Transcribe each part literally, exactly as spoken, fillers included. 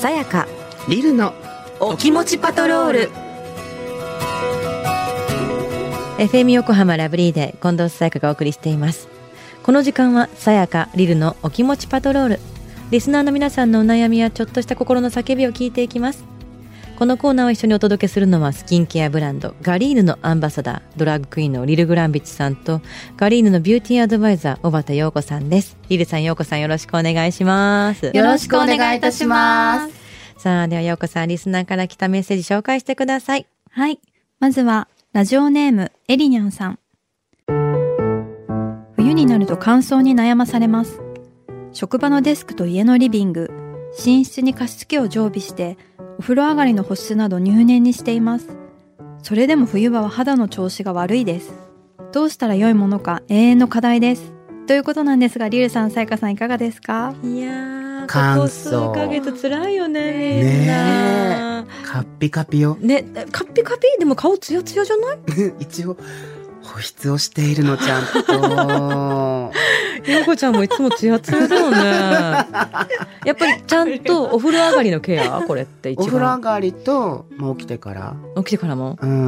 さやかリルのお気持ちパトロール。 エフエム 横浜ラブリーで近藤さやかがお送りしています。この時間はさやかリルのお気持ちパトロール。リスナーの皆さんのお悩みやちょっとした心の叫びを聞いていきます。このコーナーを一緒にお届けするのはスキンケアブランドガリーヌのアンバサダー、ドラッグクイーンのリル・グランビッチさんとガリーヌのビューティーアドバイザー小畑陽子さんです。リルさん、陽子さん、よろしくお願いします。 よろしくお願いいたします。 さあ、では陽子さん、リスナーから来たメッセージ紹介してください。 はい、まずはラジオネームエリニャンさん。冬になると乾燥に悩まされます。職場のデスクと家のリビング、寝室に加湿器を常備してお風呂上がりの保湿など入念にしています。それでも冬場は肌の調子が悪いです。どうしたら良いものか永遠の課題です。ということなんですが、リルさん、さやかさん、いかがですか？ いやー、 乾燥ここ数ヶ月つらいよね、みんな。 ねえ、カッピカピよ。 ね、カッピカピ。でも顔ツヤツヤじゃない？ 一応保湿をしているの、ちゃんと。 陽子ちゃんもいつもツヤツヤだよね。やっぱりちゃんとお風呂上がりのケア、これって一番。 お風呂上がりともう起きてから。 起きてからも。 うん。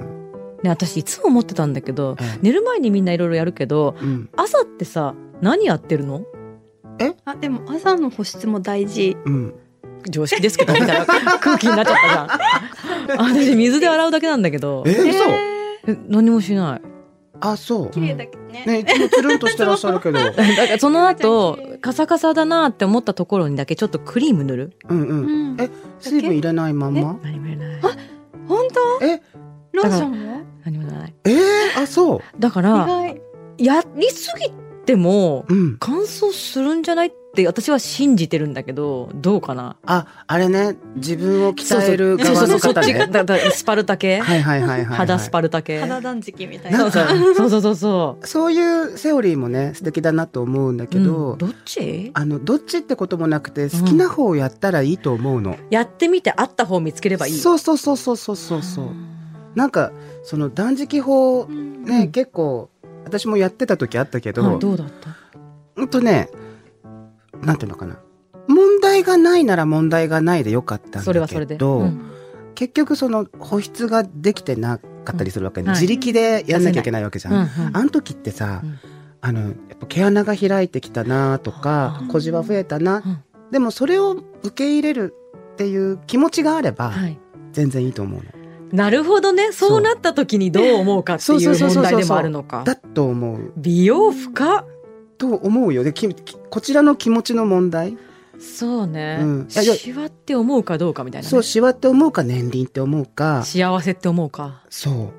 ね、私いつも思ってたんだけど、 ええ、 寝る前にみんないろいろやるけど、 うん、 朝ってさ、何やってるの？ えあ、でも朝の保湿も大事。 うん。 常識ですけどみたいな空気になっちゃったじゃん。私水で洗うだけなんだけど。 えー、嘘？ え、何もしない。 あ、そう。 綺麗だけどね。 ね、いつもつるんとしてらっしゃるけど。 だからその後カサカサだなって思ったところにだけちょっとクリーム塗る。 うんうん。うん、え、水分入れないまんま？ 何も入れない。 あ、本当？ え、 ローションも？ 何もない。 えー、あ、そう。 だからやりすぎても乾燥するんじゃないって私は信じてるんだけど、どうかな。 あ、あれね、自分を鍛える側の方ね。 だからスパルタ系。 はいはいはいはい、はい。 肌スパルタ系。 肌断食みたいな。 そうそうそうそうそう。 そういうセオリーもね、素敵だなと思うんだけど、 うん、どっち？ あのどっちってこともなくて、好きな方をやったらいいと思うの。うん、 やってみて合った方を見つければいい。 そうそうそうそうそうそうそう。なんかその断食法ね、うん、結構私もやってた時あったけど、 うん、どうだった？ ほんとね、なんていうのかな、問題がないなら問題がないでよかったんだけど、それはそれで、うん、結局その保湿ができてなかったりするわけ、うん、自力でやんなきゃいけないわけじゃん、うんうん、あの時ってさ、うん、あのやっぱ毛穴が開いてきたなとか、うん、小じわ増えたな、うん、でもそれを受け入れるっていう気持ちがあれば、はい、全然いいと思うの。 なるほどね。そうなった時にどう思うかっていう問題でもあるのか。 だと思う。 美容深っと思うよ。で、こちらの気持ちの問題。 そうね、 うん、 シワって思うかどうかみたいな、ね、 そう、シワって思うか、年輪って思うか、 幸せって思うか。 そう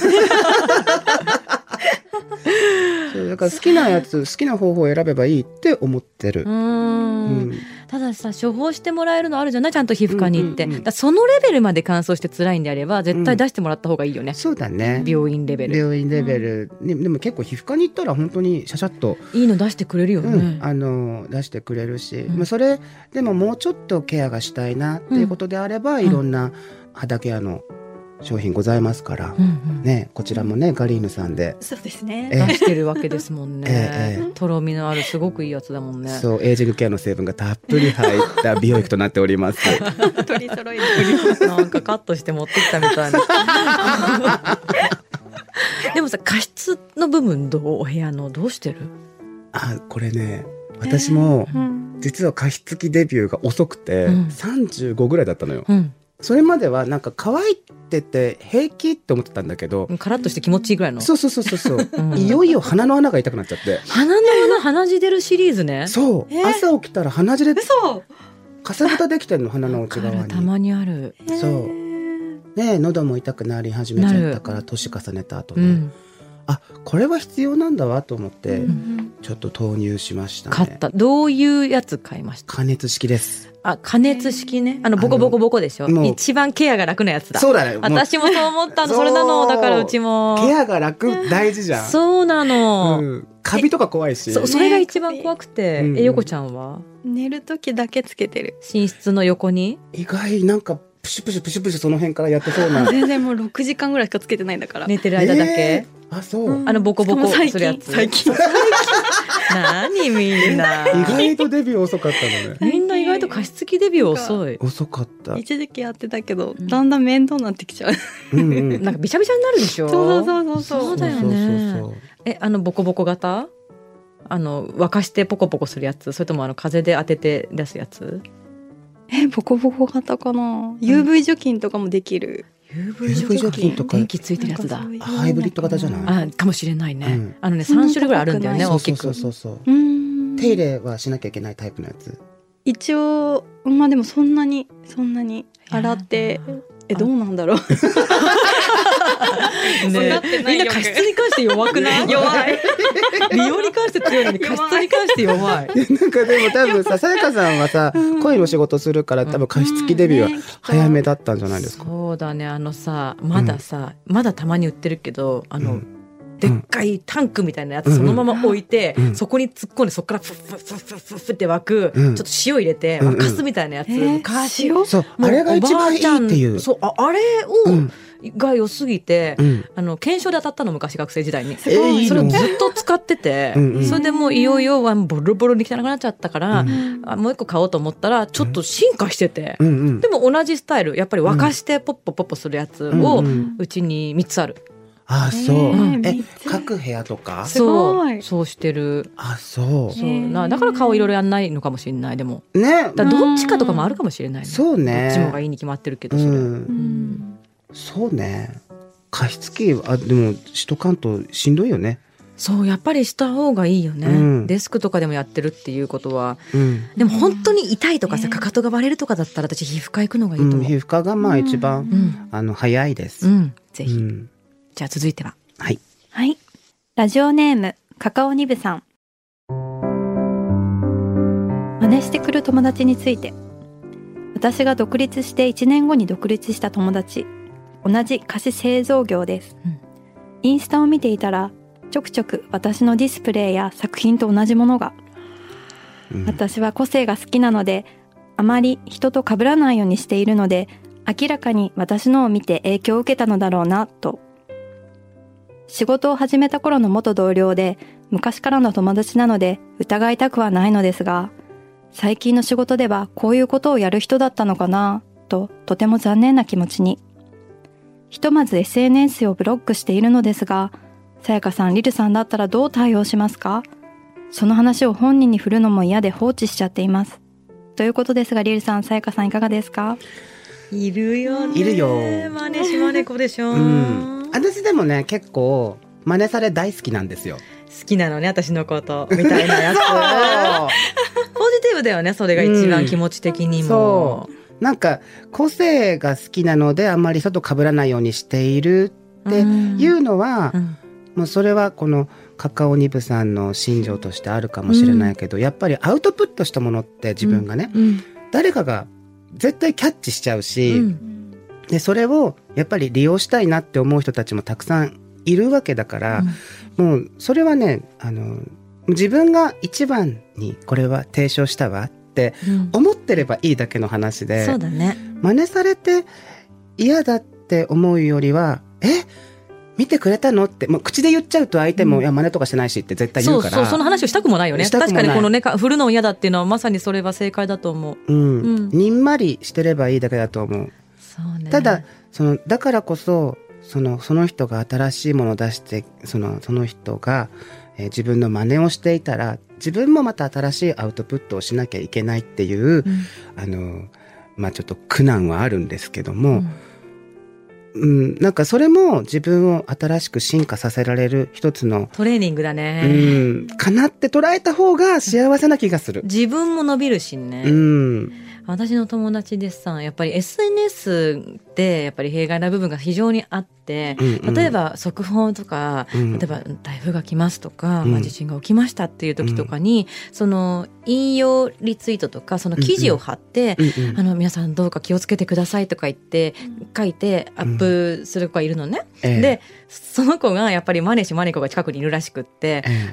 そうだから好きなやつ、好きな方法を選べばいいって思ってる。うーん、 うん、たださ、処方してもらえるのあるじゃない、ちゃんと皮膚科に行って、うんうんうん、だそのレベルまで乾燥して辛いんであれば絶対出してもらった方がいいよね、 うん、そうだね、 病院レベル。 病院レベル、うん、でも結構皮膚科に行ったら本当にシャシャッといいの出してくれるよね、うん、 あの出してくれるし、うん、まあ、それでももうちょっとケアがしたいなっていうことであれば、うん、いろんな肌ケアの商品ございますから、うんうん、ね、こちらもね、ガリーヌさんでそうですね、 出してるわけですもんね、 ええ、 とろみのあるすごくいいやつだもんね。 そう、エイジングケアの成分がたっぷり入った美容液となっております取り揃えておりますなんかカットして持ってきたみたいなでもさ、加湿の部分どう？お部屋のどうしてる？ あ、これね、私も、えーうん、実は加湿器デビューが遅くて、うん、さんじゅうごぐらいだったのよ、うん、それまではなんか乾いてて平気って思ってたんだけど、 カラッとして気持ちいいぐらいの。 そうそうそうそう、うん、いよいよ鼻の穴が痛くなっちゃって。鼻の穴、鼻血出るシリーズね。 そう、えー、朝起きたら鼻血でかさぶたできてるの、鼻の内側に。 たまにある。 そうね、喉も痛くなり始めちゃったから、年重ねた後ね、うん、あ、これは必要なんだわと思って、うん、ちょっと投入しましたね。 買った。どういうやつ買いました？ 加熱式です。 あ、加熱式ね。あのボコボコボコでしょ。一番ケアが楽なやつだ。 そうだね。 私もそう思ったの。それなの。だからうちもケアが楽大事じゃん。 そうなの、うん、 カビとか怖いし、 そ, それが一番怖くて、うん、え、よこちゃんは寝る時だけつけてる。 寝室の横に意外、なんかプシュプシュプシュプシュその辺からやってそうな全然もうろくじかんぐらいしかつけてないんだから。 寝てる間だけ、 えー、あ、そう、 あのボコボコするやつ。 最近何みんな意外とデビュー遅かったのね。 みんな意外外と加湿器デビュー遅い。 遅かった。 一時期やってたけど、うん、だんだん面倒になってきちゃう。うん、 うん、なんかびちゃびちゃになるでしょ。 そうそうそうそう。 そうだよね。そうそうそう。え、あのボコボコ型？あの沸かしてポコポコするやつ、それともあの風で当てて出すやつ？ え、ボコボコ型かな。ユーブイ 除菌とかもできる。 ユーブイ 除菌とか電気ついてるやつだ。 ハイブリッド型じゃない？ あ、かもしれないね。うん、あのねさん種類ぐらいあるんだよね、大きく。 そうそうそうそう。うん、手入れはしなきゃいけないタイプのやつ。 一応まあでもそんなにそんなに洗ってえどうなんだろう。 ね、みんな加湿に関して弱くない？弱い。美容に関して強いのに加湿に関して弱い。 なんかでも多分さ、さやかさんはさ、声の仕事するから多分加湿器デビューは早めだったんじゃないですか。 そうだね。あのさ、まださ、うん、まだたまに売ってるけど、あの、うん、でっかいタンクみたいなやつそのまま置いて、うん、そこに突っ込んでそこからフッフッフッフッフッフッって沸く、うん、ちょっと塩入れて沸かすみたいなやつ、うん、昔そうあれが一番いいっていう。 そう、あ、あれを、うんが良すぎて、うん、あの検証で当たったの、昔学生時代に、えー、それをずっと使っててうん、うん、それでもういよいよボロボロに汚くなっちゃったから、うん、あもう一個買おうと思ったらちょっと進化してて、うんうん、でも同じスタイルやっぱり沸かしてポッポポッポするやつをうちにみっつある。 あ、そう、えー、え各部屋とかそうそうしてる。 あ、そうそうな、だから顔いろいろやんないのかもしれない。でもね、だどっちかとかもあるかもしれない、ね、 そうね、 どっちもがいいに決まってるけどそれ、うんうん、 そうね。加湿器あでもしとかんとしんどいよね。 そうやっぱりした方がいいよね、うん、デスクとかでもやってるっていうことは、うん、でも本当に痛いとかさ、かかとが割れるとかだったら私皮膚科行くのがいいと思う、うん、 皮膚科がまあ一番、うん、あの早いです、うん、 ぜひ、うん、じゃあ続いてははい、 はい、ラジオネームカカオニブさん。真似してくる友達について。私が独立していちねんごに独立した友達、同じ菓子製造業です、うん、インスタを見ていたらちょくちょく私のディスプレイや作品と同じものが、うん、私は個性が好きなのであまり人と被らないようにしているので、明らかに私のを見て影響を受けたのだろうなと。仕事を始めた頃の元同僚で昔からの友達なので疑いたくはないのですが、最近の仕事ではこういうことをやる人だったのかなと、とても残念な気持ちに。ひとまず エスエヌエス をブロックしているのですが、さやかさん、リルさんだったらどう対応しますか？その話を本人に振るのも嫌で放置しちゃっています。ということですが、リルさん、さやかさんいかがですか？ いるよね。 いるよ。 真似しまねこでしょ、うん、 私でもね、結構真似され大好きなんですよ。 好きなのね、私のことみたいなやつ。ポジティブだよね、それが一番気持ち的にも、うん、 そうなんか個性が好きなのであんまり人と被らないようにしているっていうのは、うんうん、もうそれはこのカカオニブさんの心情としてあるかもしれないけど、うん、やっぱりアウトプットしたものって自分がね、うんうん、誰かが絶対キャッチしちゃうし、うん、でそれをやっぱり利用したいなって思う人たちもたくさんいるわけだから、うん、もうそれはね、あの自分が一番にこれは提唱したわって思ってればいいだけの話で、うん、 そうだね、 真似されて嫌だって思うよりは、え見てくれたのってもう口で言っちゃうと相手も、うん、いや真似とかしてないしって絶対言うから、 そうそう、その話をしたくもないよね。確かにこのね、振るの嫌だっていうのはまさにそれは正解だと思う、 うんうん、にんまりしてればいいだけだと思う。 そうね、 ただそのだからこそそのその人が新しいものを出してそのその人が、えー、自分の真似をしていたら自分もまた新しいアウトプットをしなきゃいけないっていう、うん、あのまあちょっと苦難はあるんですけども、うんうん、なんかそれも自分を新しく進化させられる一つのトレーニングだね、 うん、かなって捉えた方が幸せな気がする。 自分も伸びるしね、うん、私の友達でさ、やっぱり エスエヌエス でやっぱり弊害な部分が非常にあって、うんうん、例えば速報とか、うん、例えば台風が来ますとか、うんまあ、地震が起きましたっていう時とかに、うん、その引用リツイートとかその記事を貼って、うんうん、あの皆さんどうか気をつけてくださいとか言って書いてアップする子がいるのね、うん、でその子がやっぱりマネしマネ子が近くにいるらしくって、えー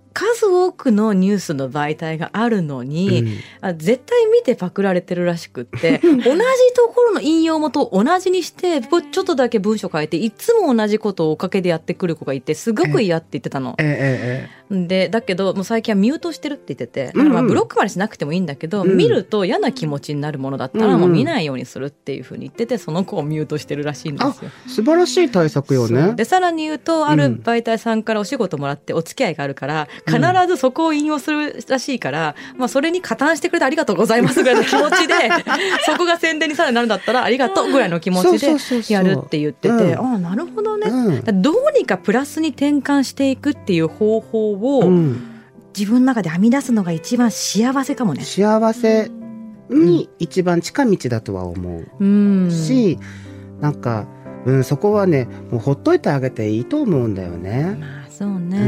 数多くのニュースの媒体があるのに、うん、あ絶対見てパクられてるらしくって同じところの引用元を同じにしてちょっとだけ文章変えていつも同じことをおかげでやってくる子がいてすごく嫌って言ってたの、ええええ、でだけどもう最近はミュートしてるって言ってて、うんうん、まあブロックまでしなくてもいいんだけど、うん、見ると嫌な気持ちになるものだったらもう見ないようにするっていうふうに言っててその子をミュートしてるらしいんですよ。 あ、素晴らしい対策よね。 でさらに言うとある媒体さんからお仕事もらってお付き合いがあるから、うん、必ずそこを引用するらしいから、まあ、それに加担してくれてありがとうございますぐらいの気持ちでそこが宣伝にさらになるんだったらありがとうぐらいの気持ちでやるって言ってて、うん、ああなるほどね、うん、どうにかプラスに転換していくっていう方法を、うん、自分の中で編み出すのが一番幸せかもね。 幸せに一番近道だとは思う、うん、しなんか、うん、そこはねもうほっといてあげていいと思うんだよね。 まあそうね、うん、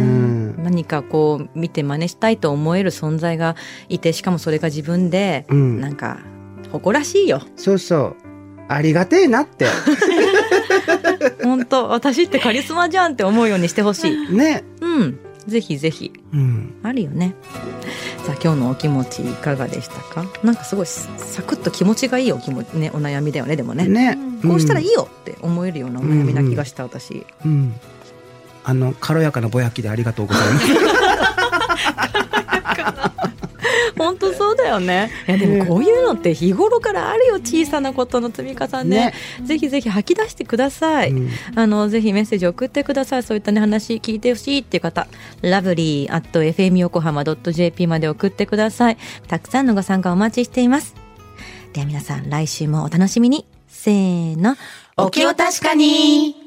何かこう見て真似したいと思える存在がいてしかもそれが自分で、うん、なんか誇らしいよ。 そうそうありがてえなって本当私ってカリスマじゃんって思うようにしてほしいね。 うんぜひぜひ、うん、あるよね。さあ今日のお気持ちいかがでしたか。なんかすごいサクッと気持ちがいいお気持ち、ね、お悩みだよね。でも ね, ね、うん、こうしたらいいよって思えるようなお悩みな気がした、うん、私、うん、 あの軽やかなぼやきでありがとうございます本当そうだよね。いやでもこういうのって日頃からあるよ小さなことの積み重ね、ね、ぜひぜひ吐き出してください、うん、あのぜひメッセージ送ってください。そういった、ね、話聞いてほしいっていう方ラブリー アット エフエム 横浜 ドット ジェーピー まで送ってください。たくさんのご参加お待ちしています。では皆さん来週もお楽しみに。せーのお気を確かに。